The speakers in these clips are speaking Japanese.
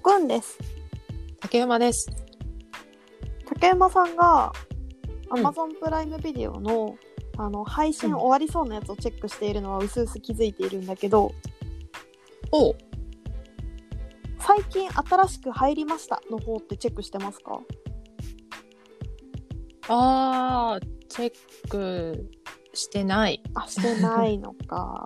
くんです。 竹馬です。 竹馬さんが Amazon プライムビデオの、配信終わりそうなやつをチェックしているのはうすうす気づいているんだけど、 おう。 最近新しく入りましたの方ってチェックしてますか？ チェックしてない。 してないのか。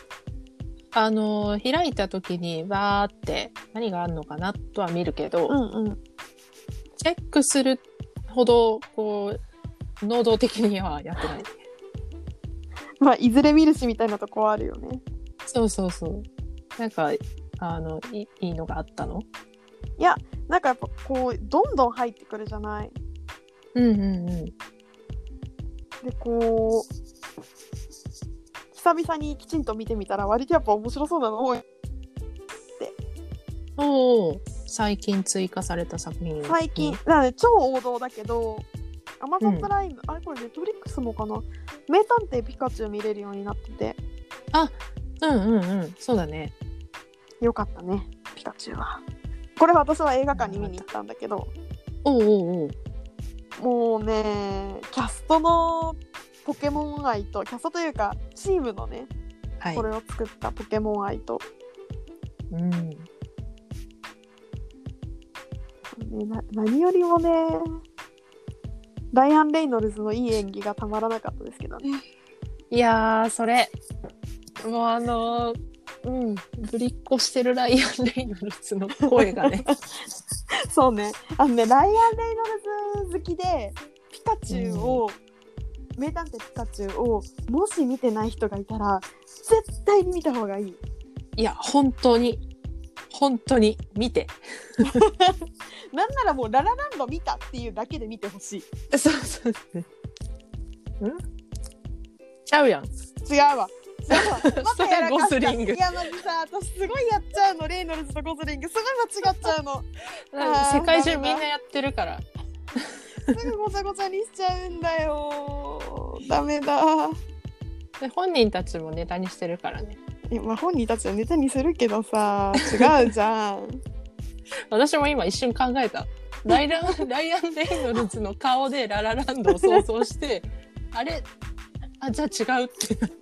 開いた時にわーって何があるのかなとは見るけど、チェックするほどこう能動的にはやってない。 まあいずれ見るしみたいなとこはあるよね。 そうそうそう。なんかいいのがあったの？ いや、なんかやっぱこうどんどん入ってくるじゃない。でこう久々にきちんと見てみたら割とやっぱ面白そうなの多いって。 最近追加された作品。 最近だからね、超王道だけど Amazon プライム、あれこれ Netflix もかな、名探偵ピカチュウ見れるようになってて、 そうだね。 よかったね。ピカチュウはこれ私は映画館に見に行ったんだけど、もうねキャストのポケモン愛と、キャストというかチームのね、これを作ったポケモン愛と、何よりもねライアン・レイノルズのいい演技がたまらなかったですけどね。 いやーそれもうぶりっこしてるライアン・レイノルズの声がねそうね、ライアン・レイノルズ好きでピカチュウを、名探偵ピカチュウをもし見てない人がいたら絶対に見た方がいい。 いや本当に見てなんならもうララランド見たっていうだけで見てほしい。 そうちゃうやん。 違うわまたやらかした。 ゴスリング。 いやマジさ、私すごいやっちゃうの、レイノルズとゴスリングすごい間違っちゃうの世界中みんなやってるからすぐごちゃごちゃにしちゃうんだよ。ダメだ。 で本人たちもネタにしてるからね。 まあ本人たちはネタにするけどさ、違うじゃん私も今一瞬考えた。ライアン・レイノルズの顔でララランドを想像してあれじゃあ違うってな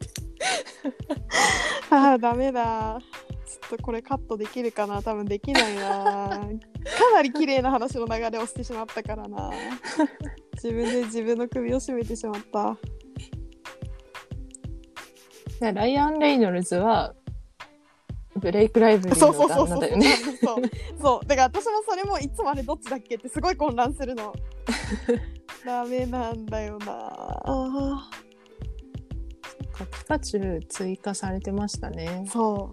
ってダメだ。ちょっとこれカットできるかな。多分できないなかなり綺麗な話の流れをしてしまったからな自分で自分の首を絞めてしまった。 ライアン・レイノルズはブレイク・ライブリーの旦那だよね。 そうだから私もそれもいつもあれどっちだっけってすごい混乱するのダメなんだよな。 ピカチュウ追加されてましたね。 そ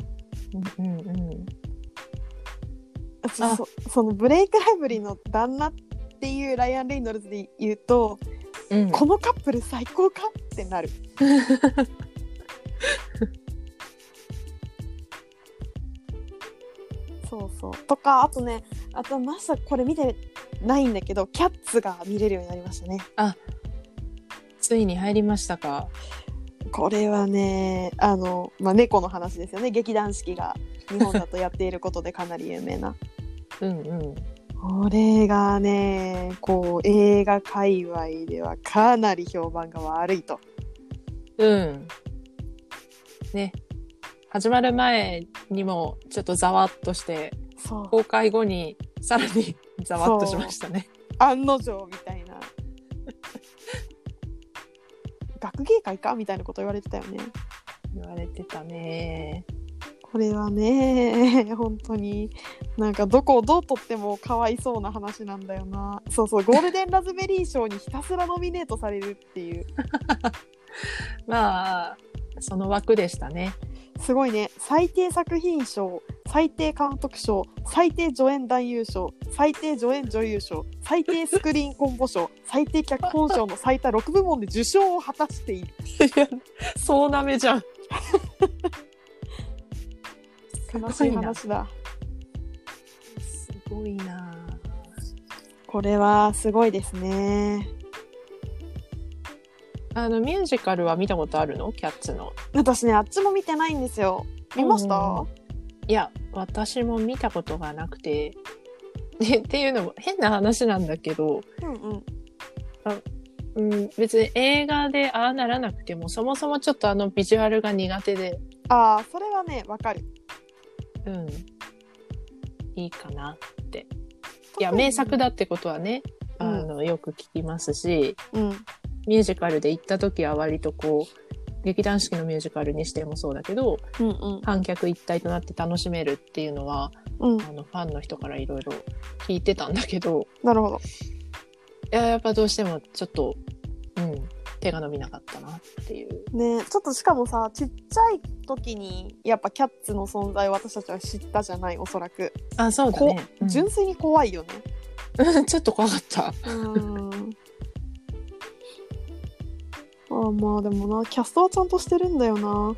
のブレイク・ライブリーの旦那っていうライアン・レイノルズで言うと、このカップル最高かってなるそうとか、あとまさかこれ見てないんだけど、キャッツが見れるようになりましたね。 ついに入りましたか。 これはね猫の話ですよね。劇団四季が日本だとやっていることでかなり有名なこれがねこう映画界隈ではかなり評判が悪いと。 ね、始まる前にもちょっとざわっとして、公開後にさらにざわっとしましたね。 案の定みたいな学芸会かみたいなこと言われてたよね。 言われてたね。 これはね本当になんかどこをどうとってもかわいそうな話なんだよな。ゴールデンラズベリー賞にひたすらノミネートされるっていうまあその枠でしたね。 すごいね。最低作品賞、最低監督賞、最低助演男優賞、最低助演女優賞、最低スクリーンコンボ賞、最低脚本賞の最多6部門で受賞を果たしている。 いやそうなめじゃん悲しい話だ。 すごいな。 これはすごいですね。 ミュージカルは見たことあるの？キャッツの。 私ねあっちも見てないんですよ。見ました？ いや、私も見たことがなくて、っていうのも変な話なんだけど、別に映画でああならなくても、そもそもちょっとビジュアルが苦手で。 ああ、それはね、わかる。 いいかなって。いや、名作だってことはね、よく聞きますし、ミュージカルで行った時は割とこう、劇団四季のミュージカルにしてもそうだけど、観客一体となって楽しめるっていうのは、ファンの人からいろいろ聞いてたんだけど、 なるほど。 やっぱどうしてもちょっと、手が伸びなかったなっていう。 ね、ちょっとしかもさ、ちっちゃい時にやっぱキャッツの存在を私たちは知ったじゃない、おそらく。 あ、そうだね。 純粋に怖いよね。 ちょっと怖かった。 まあでもな、キャストはちゃんとしてるんだよな。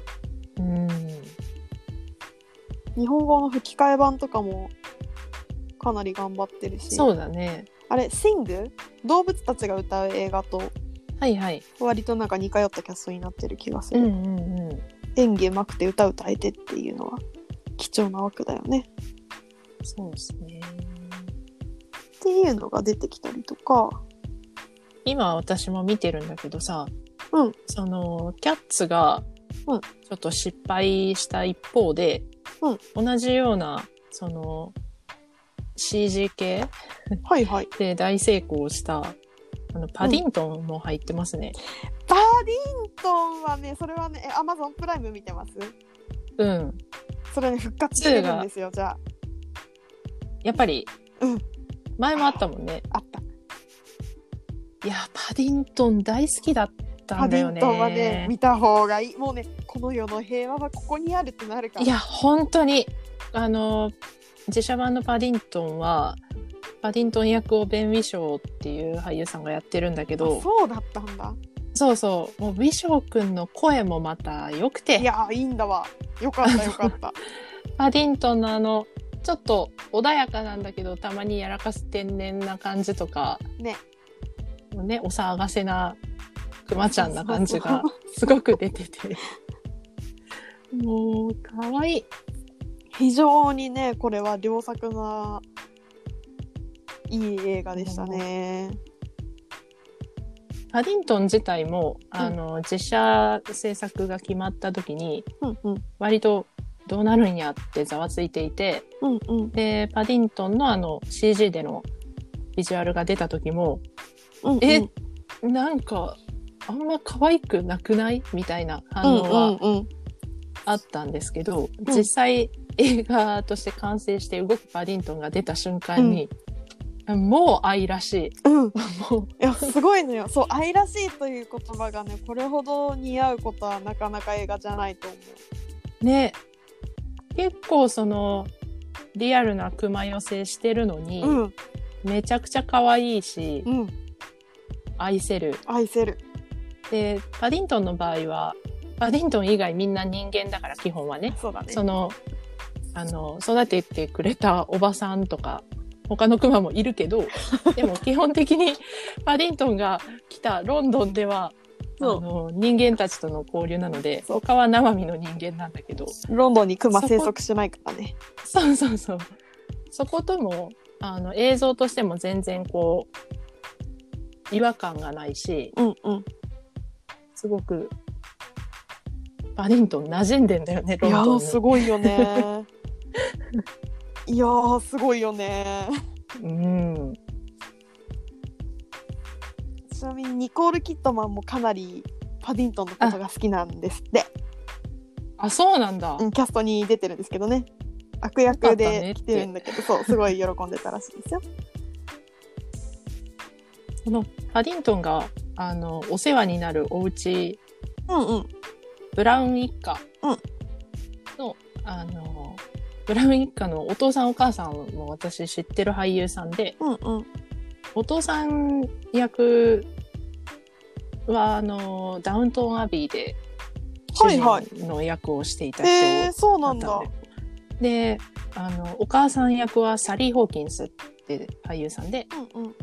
日本語の吹き替え版とかもかなり頑張ってるし。 そうだね。 あれ、シング？動物たちが歌う映画と割となんか似通ったキャストになってる気がする。演技うまくて歌歌えてっていうのは貴重な枠だよね。 そうですね。 っていうのが出てきたりとか。 今私も見てるんだけどさ、そのキャッツがちょっと失敗した一方で、同じようなその CG 系で大成功したパディントンも入ってますね。 パディントンはね、それはね、Amazon プライム見てます？それね、復活してるんですよ、じゃあ。 やっぱり、前もあったもんね。 あった。 いや、パディントン大好きだったんだよね。 パディントンはね、見た方がいい。もうね、この世の平和はここにあるってなるから。 いや、本当に、実写版のパディントンは、パディントン役をベン・ウィショーっていう俳優さんがやってるんだけど。 そうだったんだ。 そうそう。もうウィショーくんの声もまた良くて。 いや、いいんだわ。よかったよかった。 パディントンのちょっと穏やかなんだけど、たまにやらかす天然な感じとか。もうね、お騒がせなクマちゃんな感じがすごく出てて。もう、かわいい。 非常にね、これは良作ないい映画でしたね。 パディントン自体も、実写制作が決まった時に、割とどうなるんやってざわついていて、で、パディントンのCG でのビジュアルが出た時も、なんか、あんま可愛くなくないみたいな反応はあったんですけど、実際映画として完成して動くパディントンが出た瞬間に、もう愛らしい。 もういや、すごいのよ。そう、愛らしいという言葉がね、これほど似合うことはなかなか映画じゃないと思う。ね。結構リアルなクマ寄せしてるのに、めちゃくちゃ可愛いし、愛せる。で、パディントンの場合は、パディントン以外みんな人間だから、基本はね。 そうだね。 育ててくれたおばさんとか、他のクマもいるけど、でも基本的にパディントンが来たロンドンでは、人間たちとの交流なので、他は生身の人間なんだけど。 ロンドンにクマ生息しないからね。 そうそうそう。そことも、映像としても全然こう、違和感がないし、すごく、パディントン馴染んでんだよね、ロンドンに。 いやー、すごいよね。いやー、すごいよね。ちなみにニコール・キッドマンもかなりパディントンのことが好きなんですって。 あ、そうなんだ。 キャストに出てるんですけどね。悪役で来てるんだけど、そう、すごい喜んでたらしいですよ。 このパディントンがお世話になるお家、ブラウン一家の、ブラウン一家のお父さんお母さんも私知ってる俳優さんで、お父さん役はダウントンアビーで主人の役をしていた人だったんで、 そうなんだ。 で、お母さん役はサリー・ホーキンスって俳優さんで、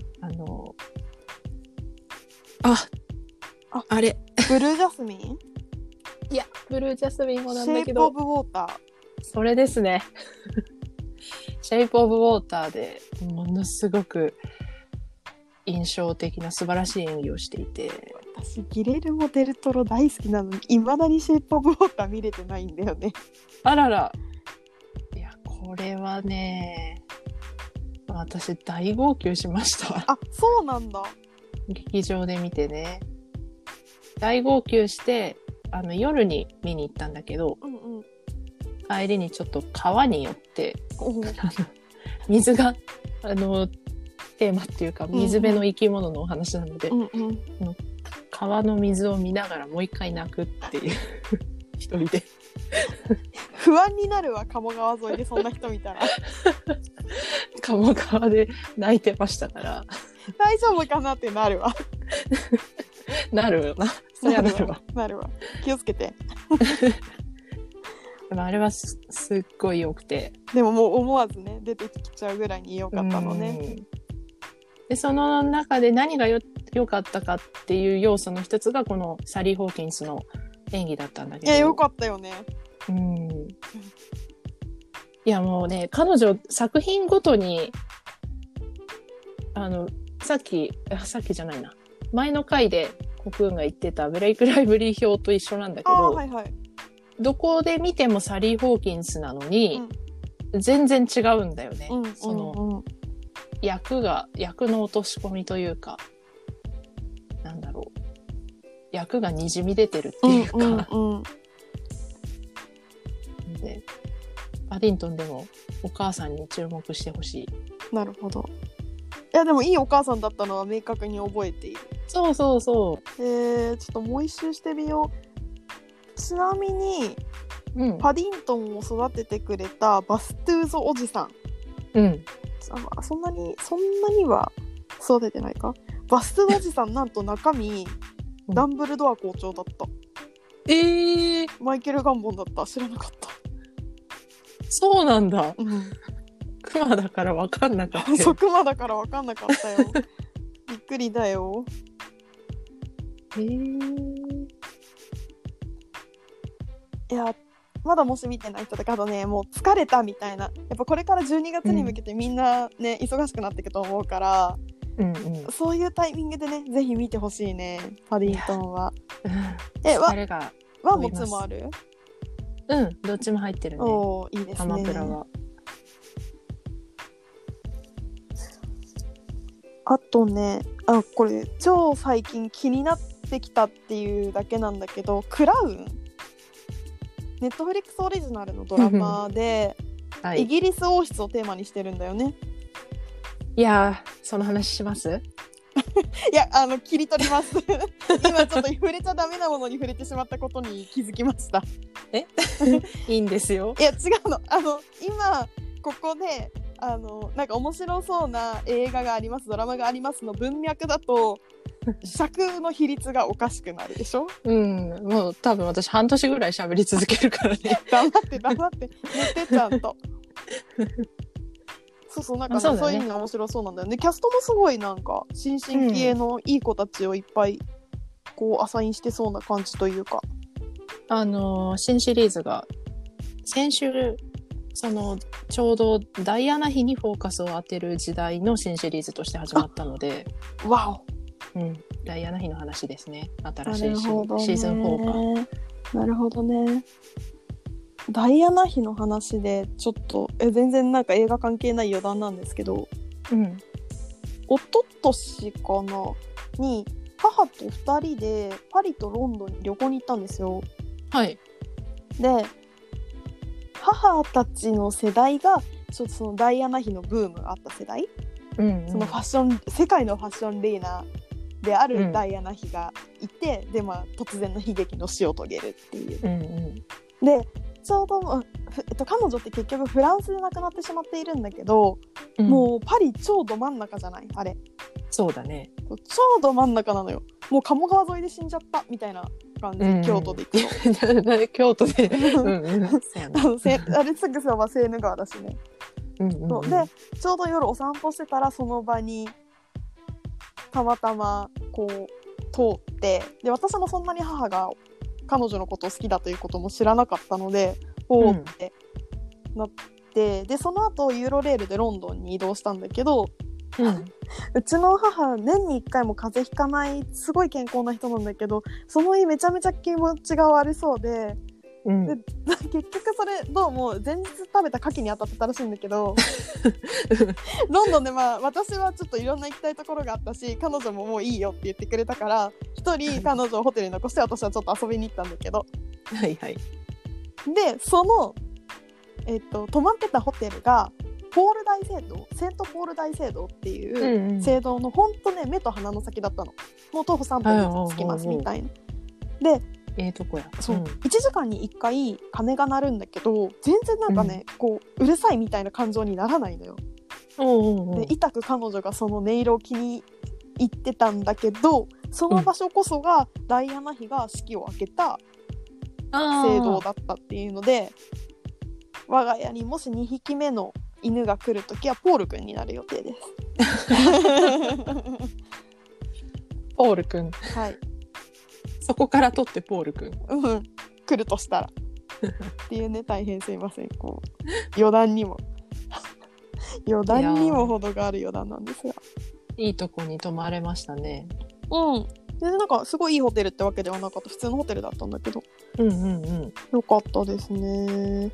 あれ。 ブルージャスミン？ いや、ブルージャスミンもなんだけど。 シェイプオブウォーター。 それですね。シェイプオブウォーターでものすごく印象的な素晴らしい演技をしていて。 私ギレルモ・デルトロ大好きなのにいまだにシェイプオブウォーター見れてないんだよね。 あらら。いや、これはね、私大号泣しました。 あ、そうなんだ。 劇場で見てね。大号泣して、夜に見に行ったんだけど、うんうん、帰りにちょっと川に寄って、水が、テーマっていうか、水辺の生き物のお話なので、うんうん、川の水を見ながらもう一回泣くっていう、一人で。 不安になるわ、鴨川沿いでそんな人見たら。 鴨川で泣いてましたから。 大丈夫かなってなるわ。 なるよな。そりゃなるわ。 なるわ。気をつけて。 でもあれはすっごい良くて。 でももう思わずね、出てきちゃうぐらいに良かったのね。 で、その中で何が良かったかっていう要素の一つがこのサリー・ホーキンスの演技だったんだけど。 いや、良かったよね。 いや、もうね、彼女作品ごとにさっきじゃないな。前の回でコクーンが言ってたブレイクライブリー表と一緒なんだけど、 はいはい、 どこで見てもサリー・ホーキンスなのに、全然違うんだよね。その、役の落とし込みというか、なんだろう。役がにじみ出てるっていうか。で、パディントンでもお母さんに注目してほしい。 なるほど。いやでもいいお母さんだったのは明確に覚えている。 そうそうそう。 ちょっともう一周してみよう。ちなみに、パディントンを育ててくれたバストゥーゾおじさん。そんなには育ててないか。バストゥーゾおじさんなんと中身、ダンブルドア校長だった。マイケル・ガンボンだった。知らなかった。 そうなんだ。クマだから分かんなかったよ。 そう、クマだから分かんなかったよ。びっくりだよ。いや、まだもし見てない人だからね、もう疲れたみたいな。やっぱこれから12月に向けてみんなね、忙しくなっていくと思うから、そういうタイミングでね、ぜひ見てほしいね、パディントンは。ワンもツもある？ どっちも入ってるね。 いいですね。 アマプラは。 あとね、これ超最近気になってきたっていうだけなんだけど、クラウン、ネットフリックスオリジナルのドラマで、イギリス王室をテーマにしてるんだよね。 いやー、その話します？ いや、切り取ります。今ちょっと触れちゃダメなものに触れてしまったことに気づきました。 いいんですよ。 いや、違うの。今ここでなんか面白そうな映画があります、ドラマがありますの文脈だと尺の比率がおかしくなるでしょ。 もう多分私半年ぐらい喋り続けるからね。 黙って寝てちゃんと。そうなんか、そういう意味が面白そうなんだよね。キャストもすごいなんか新進気鋭のいい子たちをいっぱいこうアサインしてそうな感じというか、 新シリーズが先週ちょうどダイアナ妃にフォーカスを当てる時代の新シリーズとして始まったので、 わお、 ダイアナ妃の話ですね。新しいシーズン4か。 なるほどね。ダイアナ妃の話でちょっと全然なんか映画関係ない余談なんですけど、一昨年かなに母と2人でパリとロンドンに旅行に行ったんですよ。で、母たちの世代がちょっとそのダイアナ妃のブームがあった世代、そのファッション、世界のファッションリーナーであるダイアナ妃がいて、で突然の悲劇の死を遂げるっていう、でちょうど、彼女って結局フランスで亡くなってしまっているんだけど、もうパリ超ど真ん中じゃないあれ。 そうだね。 超ど真ん中なのよ。もう鴨川沿いで死んじゃったみたいな感じ、京都で行くと。 京都で。 あれすぐそばセーヌ川だしね。でちょうど夜お散歩してたらその場にたまたまこう通って、で私もそんなに母が彼女のことを好きだということも知らなかったので、ってなって、でその後ユーロレールでロンドンに移動したんだけど、うちの母年に1回も風邪ひかないすごい健康な人なんだけど、その日めちゃめちゃ気持ちが悪そうで、で結局それどうも前日食べた牡蠣に当たってたらしいんだけどロンドンで私はちょっといろんな行きたいところがあったし、彼女ももういいよって言ってくれたから一人彼女をホテルに残して私はちょっと遊びに行ったんだけど、 はいはい。 でその、泊まってたホテルがポール大聖堂、セントポール大聖堂っていう聖堂のほんとね目と鼻の先だったの。もう徒歩3分で着きますみたいな。でとこや。 そう、1時間に1回鐘が鳴るんだけど全然なんかね、こううるさいみたいな感情にならないのよ。で痛く彼女がその音色を気に入ってたんだけど、その場所こそがダイアナ妃が式を挙げた聖堂だったっていうので、我が家にもし2匹目の犬が来るときはポールくんになる予定ですポールくん。 はい。 そこから取ってポールくん。 来るとしたらっていうね、大変すいません。こう余談にも余談にも程がある余談なんですが、 いいとこに泊まれましたね。 でなんかすごいいいホテルってわけではなかった、普通のホテルだったんだけど、よかったですね。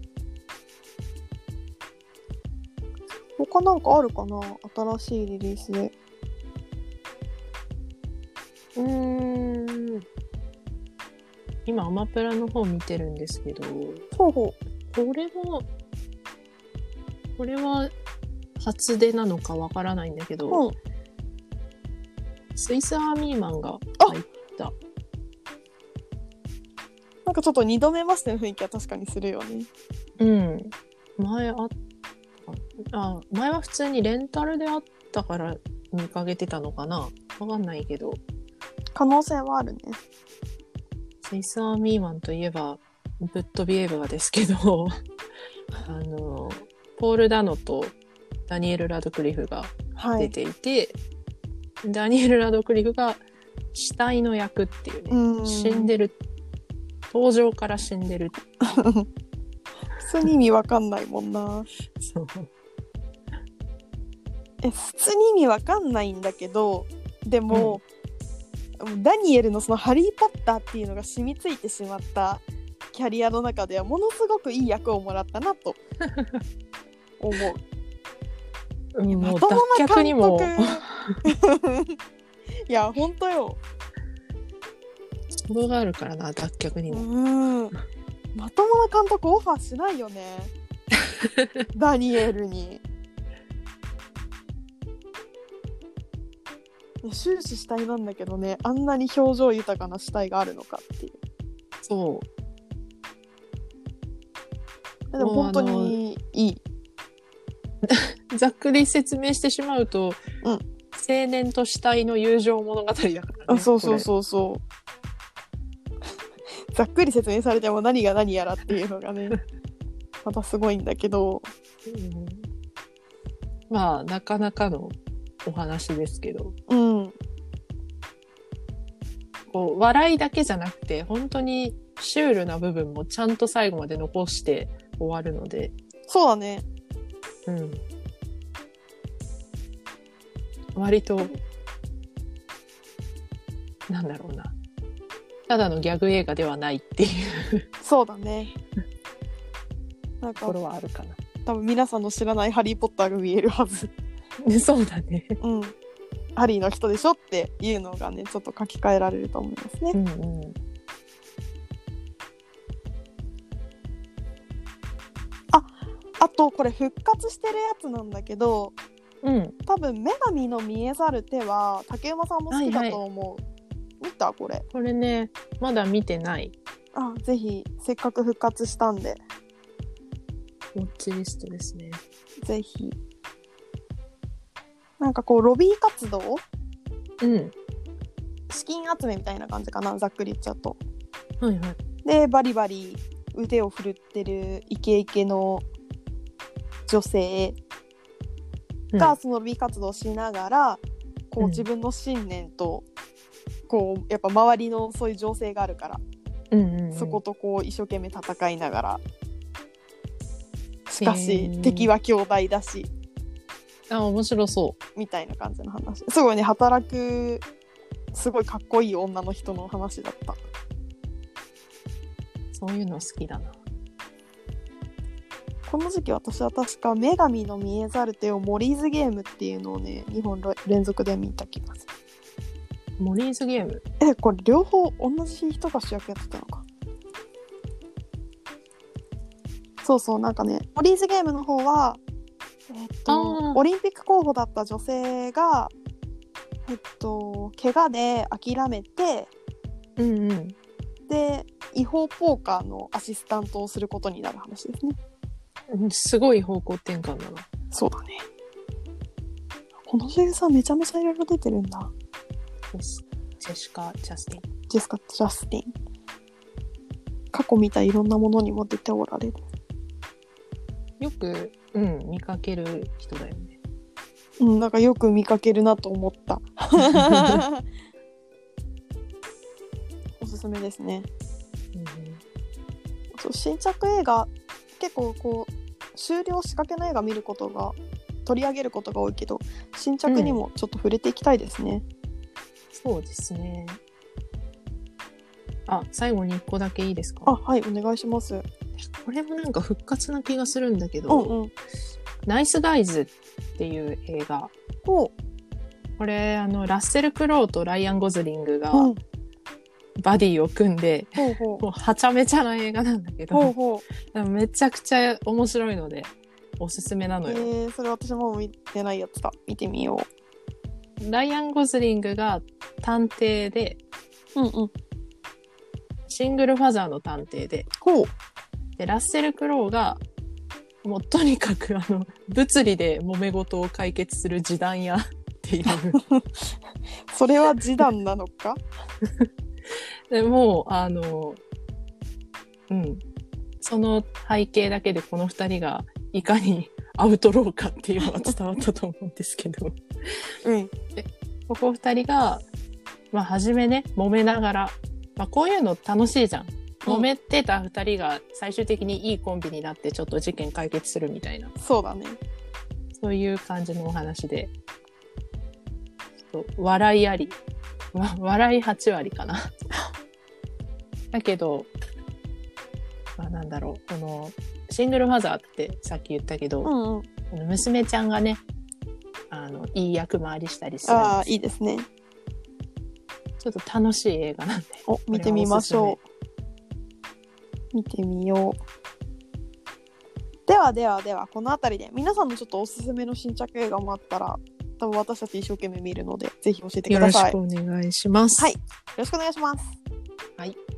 他なんかあるかな、新しいリリースで。 今アマプラの方見てるんですけど、これは初出なのかわからないんだけど、スイスアーミーマンが入った。 なんかちょっと2度目ましての雰囲気は確かにするよね。 前は普通にレンタルであったから見かけてたのかな、わかんないけど、 可能性はあるね。 スイスアーミーマンといえばぶっ飛びエヴァですけどポール・ダノとダニエル・ラドクリフが出ていて、ダニエル・ラドクリフが死体の役っていうね、死んでる、登場から死んでる普通に意味わかんないもんな。 そう普通に意味わかんないんだけど、でも、ダニエルのそのハリー・ポッターっていうのが染みついてしまったキャリアの中ではものすごくいい役をもらったなと思う。 もう脱却にもいや本当よ、 そこがあるからな、脱却にも。 まともな監督オファーしないよねダニエルに。終始死体なんだけどね、あんなに表情豊かな死体があるのかっていう。でも本当にいい。 ざっくり説明してしまうと、青年と死体の友情物語だからね。 そうざっくり説明されても何が何やらっていうのがねまたすごいんだけど、 まあなかなかのお話ですけど、こう笑いだけじゃなくて本当にシュールな部分もちゃんと最後まで残して終わるので。 そうだね。 割となんだろうな、ただのギャグ映画ではないっていうそうだね。なんかところはあるかな。 多分皆さんの知らないハリー・ポッターが見えるはずそうだね。 ハリーの人でしょっていうのがね、ちょっと書き換えられると思いますね。あとこれ復活してるやつなんだけど、多分女神の見えざる手は竹馬さんも好きだと思う。見た？これね、まだ見てない。 ぜひせっかく復活したんでウォッチリストですね。 ぜひ。なんかこうロビー活動、資金集めみたいな感じかな、ざっくり言っちゃうと。でバリバリ腕を振るってるイケイケの女性がそのロビー活動をしながら、こう自分の信念とこうやっぱ周りのそういう情勢があるから、そことこう一生懸命戦いながらしかし敵は兄弟だし、 面白そうみたいな感じの話。すごいね、働くすごいかっこいい女の人の話だった。 そういうの好きだな。 この時期私は確か女神の見えざる手をモリーズゲームっていうのをね2本連続で見た気がする。 モリーズゲーム、 これ両方同じ人が主役やってたのか。そうそう、なんかねモリーズゲームの方はオリンピック候補だった女性が怪我で諦めて、で違法ポーカーのアシスタントをすることになる話ですね。 すごい方向転換だな。 そうだね。この女優さんめちゃめちゃいろいろ出てるんだ。 ジェシカ・ジャスティン。 過去見たいろんなものにも出ておられる。 よく、見かける人だよね。 なんかよく見かけるなと思った。おすすめですね。そう、新着映画結構こう終了仕掛けの映画見ることが取り上げることが多いけど、新着にもちょっと触れていきたいですね。 そうですね。最後に1個だけいいですか？ はい、お願いします。 これもなんか復活な気がするんだけど、ナイスガイズっていう映画。これラッセル・クロウとライアン・ゴズリングがバディを組んで、もうはちゃめちゃな映画なんだけど、めちゃくちゃ面白いのでおすすめなのよ。 それ私も見てないやつだ。見てみよう。ライアン・ゴズリングが探偵で、シングルファザーの探偵で、でラッセル・クロウがもうとにかく物理で揉め事を解決する示談屋っていうそれは示談なのかでもその背景だけでこの2人がいかにアウトローかっていうのは伝わったと思うんですけどでここ2人が初めね揉めながら、こういうの楽しいじゃん。揉めてた2人が最終的にいいコンビになってちょっと事件解決するみたいな。 そうだね。 そういう感じのお話で、ちょっと笑いあり、笑い8割かな。だけど、なんだろう、このシングルファザーってさっき言ったけど、娘ちゃんがね、いい役回りしたりするんです。 いいですね。 ちょっと楽しい映画なんで。 見てみましょう。見てみよう。ではこのあたりで皆さんのちょっとおすすめの新着映画もあったら多分私たち一生懸命見るのでぜひ教えてください。 よろしくお願いします。 はい、よろしくお願いします。 はい。